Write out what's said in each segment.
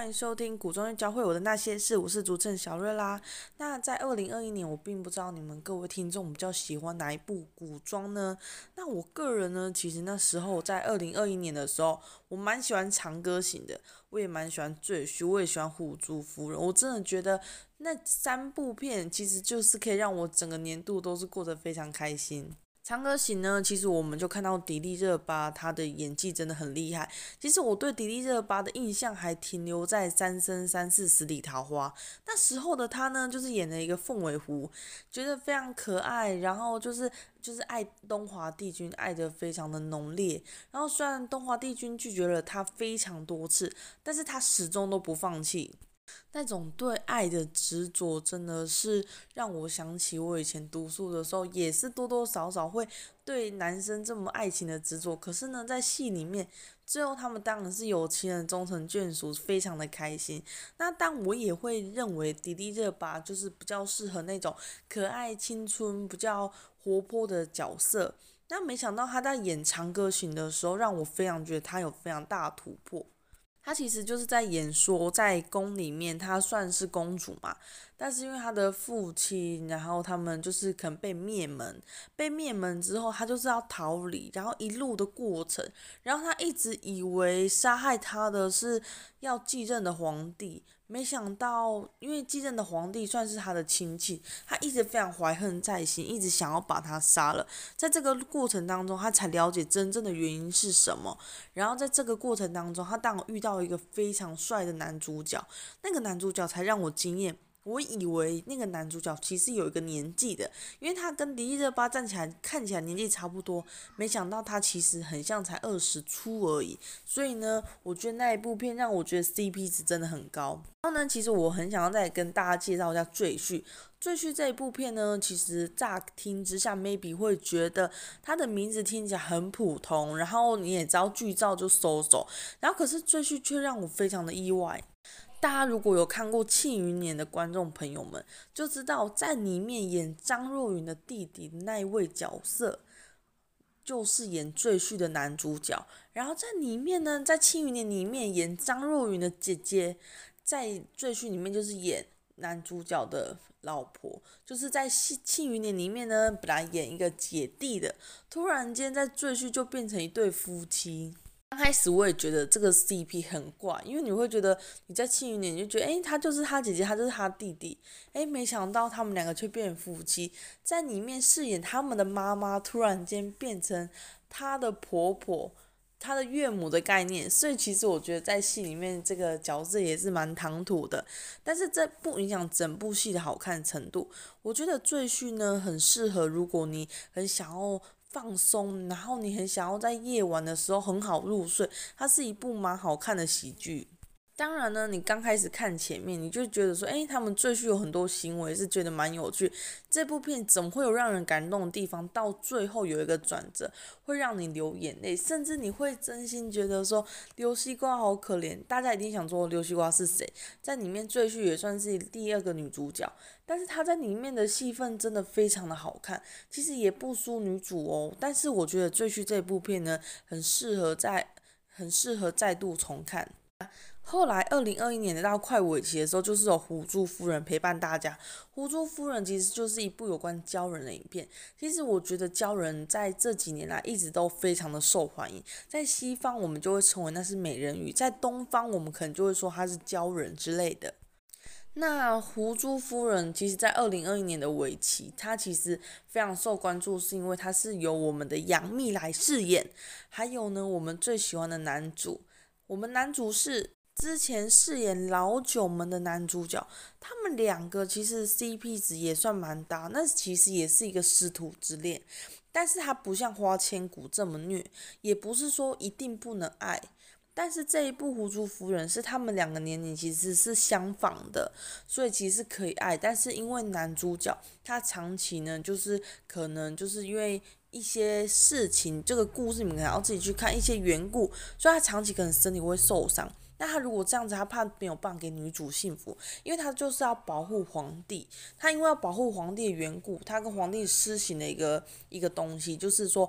迎收听古装教会我的那些事，我是主持人小瑞啦。那在2021年，我并不知道你们各位听众比较喜欢哪一部古装呢？那我个人呢，其实那时候在2021年的时候，我蛮喜欢长歌行的，我也蛮喜欢赘婿，我也喜欢虎珠夫人。我真的觉得那3部片其实就是可以让我整个年度都是过得非常开心。长歌行呢，其实我们就看到迪丽热巴她的演技真的很厉害。其实我对迪丽热巴的印象还停留在《三生三世十里桃花》那时候的她呢，就是演了一个凤尾狐，觉得非常可爱，然后就是爱东华帝君，爱得非常的浓烈。然后虽然东华帝君拒绝了她非常多次，但是她始终都不放弃。那种对爱的执着，真的是让我想起我以前读书的时候，也是多多少少会对男生这么爱情的执着。可是呢，在戏里面，最后他们当然是有情人终成眷属，非常的开心。那但我也会认为迪丽热巴就是比较适合那种可爱、青春、比较活泼的角色。那没想到她在演《长歌行》的时候，让我非常觉得她有非常大的突破。她其实就是在演说，在宫里面，她算是公主嘛，但是因为她的父亲，然后他们就是可能被灭门，被灭门之后，她就是要逃离，然后一路的过程，然后她一直以为杀害她的是要继任的皇帝，没想到，因为继任的皇帝算是她的亲戚，她一直非常怀恨在心，一直想要把他杀了。在这个过程当中，她才了解真正的原因是什么。然后在这个过程当中，他当我遇到一个非常帅的男主角，那个男主角才让我惊艳。我以为那个男主角其实有一个年纪的，因为他跟迪丽热巴站起来看起来年纪差不多，没想到他其实很像才20出而已。所以呢，我觉得那一部片让我觉得 CP 值真的很高。然后呢，其实我很想要再跟大家介绍一下赘婿。赘婿这一部片呢，其实乍听之下，maybe 会觉得它的名字听起来很普通，然后你也知道剧照就收手，然后可是赘婿却让我非常的意外。大家如果有看过《庆余年》的观众朋友们，就知道在里面演张若昀的弟弟的那一位角色，就是演赘婿的男主角。然后在里面呢，在《庆余年》里面演张若昀的姐姐，在赘婿里面就是演男主角的老婆，就是在《庆余年》里面呢，本来演一个姐弟的，突然间在赘婿就变成一对夫妻。刚开始我也觉得这个 CP 很怪，因为你会觉得你在庆余年你就觉得，他就是他姐姐，他就是他弟弟，没想到他们两个却变成夫妻，在里面饰演他们的妈妈，突然间变成他的婆婆，他的岳母的概念，所以其实我觉得在戏里面这个角色也是蛮唐突的，但是这不影响整部戏的好看程度。我觉得赘婿呢很适合，如果你很想要放松，然后你很想要在夜晚的时候很好入睡，它是一部蛮好看的喜剧。当然呢，你刚开始看前面，你就觉得说，他们赘婿有很多行为是觉得蛮有趣。这部片怎么会有让人感动的地方？到最后有一个转折，会让你流眼泪，甚至你会真心觉得说，刘西瓜好可怜。大家一定想说刘西瓜是谁？在里面赘婿也算是第二个女主角，但是她在里面的戏份真的非常的好看，其实也不输女主哦。但是我觉得赘婿这部片呢，很适合再度重看。后来2021年的到快尾期的时候，就是有《狐珠夫人》陪伴大家。《狐珠夫人》其实就是一部有关鲛人的影片。其实我觉得鲛人在这几年来一直都非常的受欢迎。在西方我们就会称为那是美人鱼，在东方我们可能就会说它是鲛人之类的。那《狐珠夫人》其实在2021年的尾期，它其实非常受关注，是因为它是由我们的杨幂来饰演，还有呢我们最喜欢的男主，我们男主是之前饰演老九门的男主角，他们两个其实 CP 值也算蛮大，那其实也是一个师徒之恋，但是它不像花千骨这么虐，也不是说一定不能爱。但是这一部《狐珠夫人》是他们两个年龄其实是相仿的，所以其实可以爱。但是因为男主角他长期呢，就是可能就是因为一些事情，这个故事你们可能要自己去看一些缘故，所以他长期可能身体会受伤。那他如果这样子，他怕没有办法给女主幸福，因为他就是要保护皇帝。他因为要保护皇帝的缘故，他跟皇帝施行了一个东西，就是说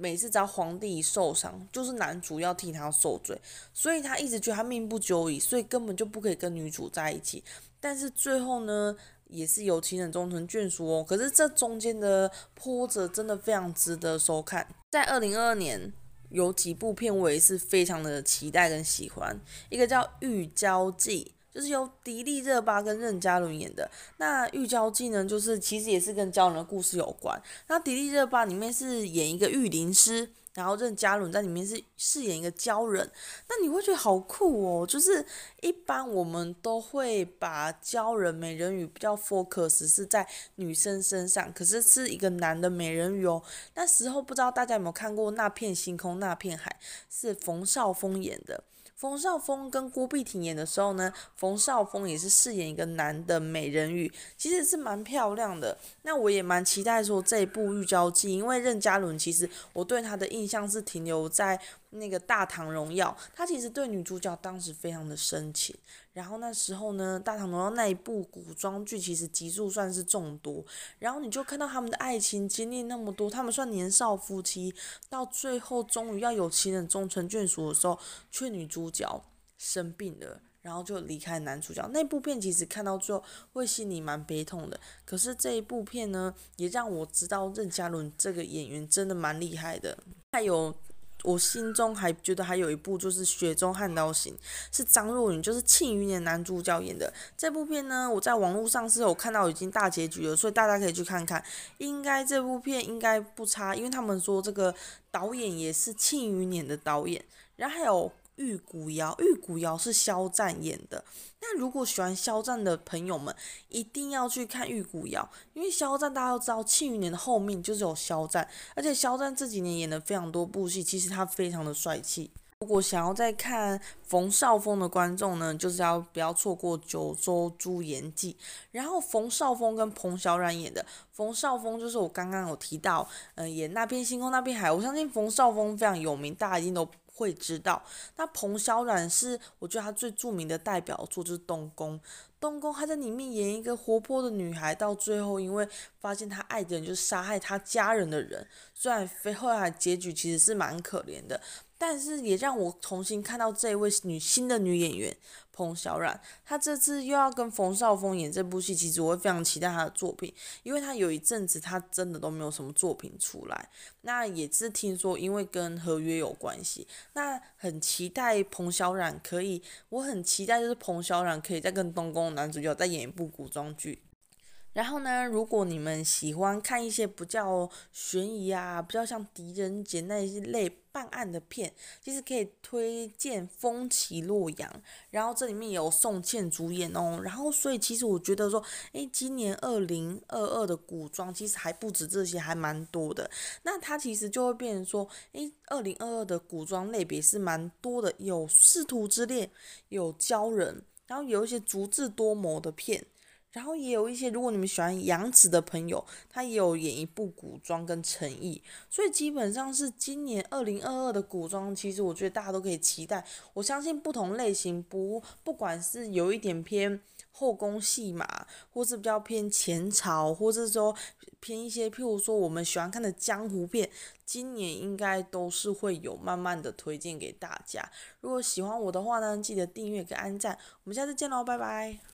每次只要皇帝一受伤，就是男主要替他受罪，所以他一直觉得他命不久矣，所以根本就不可以跟女主在一起。但是最后呢，也是有情人终成眷属哦。可是这中间的波折真的非常值得收看。在2022年有几部片我也是非常的期待跟喜欢，一个叫《玉娇记》。就是由迪丽热巴跟任嘉伦演的。那《玉娇记》呢，就是其实也是跟娇人的故事有关。那迪丽热巴里面是演一个玉灵师，然后任嘉伦在里面是饰演一个鲛人。那你会觉得好酷哦，就是一般我们都会把鲛人美人鱼比较 focus 是在女生身上，可是是一个男的美人鱼哦。那时候不知道大家有没有看过《那片星空那片海》，是冯绍峰演的。冯绍峰跟郭碧婷演的时候呢，冯绍峰也是饰演一个男的美人鱼，其实是蛮漂亮的。那我也蛮期待说这一部《玉娇记》，因为任嘉伦其实我对他的印象是停留在那个《大唐荣耀》，他其实对女主角当时非常的深情。然后那时候呢，《大唐荣耀》那一部古装剧其实集数算是众多，然后你就看到他们的爱情经历那么多，他们算年少夫妻，到最后终于要有情人终成眷属的时候，却女主角生病了。然后就离开男主角。那部片其实看到最后会心里蛮悲痛的。可是这一部片呢，也让我知道任嘉伦这个演员真的蛮厉害的。还有我心中还觉得还有一部就是《雪中悍刀行》，是张若昀就是庆余年男主角演的。这部片呢，我在网络上是有看到已经大结局了，所以大家可以去看看。应该这部片应该不差，因为他们说这个导演也是庆余年的导演。然后还有玉骨遥，玉骨遥是肖战演的。那如果喜欢肖战的朋友们，一定要去看玉骨遥，因为肖战大家都知道，庆余年的后面就是有肖战，而且肖战这几年演了非常多部戏，其实他非常的帅气。如果想要再看冯绍峰的观众呢，就是要不要错过《九州朱颜记》。然后冯绍峰跟彭小苒演的，冯绍峰就是我刚刚有提到，演那片星空那片海，我相信冯绍峰非常有名，大家一定都会知道。那彭小苒是我觉得他最著名的代表作就是东宫。东宫他在里面演一个活泼的女孩，到最后因为发现他爱的人就是杀害他家人的人，虽然后来结局其实是蛮可怜的，但是也让我重新看到这一位新的女演员彭小苒。她这次又要跟冯绍峰演这部戏，其实我会非常期待她的作品，因为她有一阵子她真的都没有什么作品出来。那也是听说因为跟合约有关系，那很期待彭小苒可以，我很期待就是彭小苒可以再跟东宫男主角再演一部古装剧。然后呢，如果你们喜欢看一些比较悬疑啊，比较像狄仁杰那一类办案的片，其实可以推荐《风起洛阳》，然后这里面有宋茜主演哦。然后所以其实我觉得说，今年2022的古装其实还不止这些，还蛮多的。那它其实就会变成说，2022的古装类别是蛮多的，有仕途之恋，有鲛人，然后有一些足智多谋的片。然后也有一些，如果你们喜欢杨紫的朋友，他也有演一部古装跟陈毅，所以基本上是今年2022的古装，其实我觉得大家都可以期待。我相信不同类型不管是有一点偏后宫戏码，或是比较偏前朝，或是说偏一些譬如说我们喜欢看的江湖片，今年应该都是会有慢慢的推荐给大家。如果喜欢我的话呢，记得订阅跟按赞。我们下次见喽，拜拜。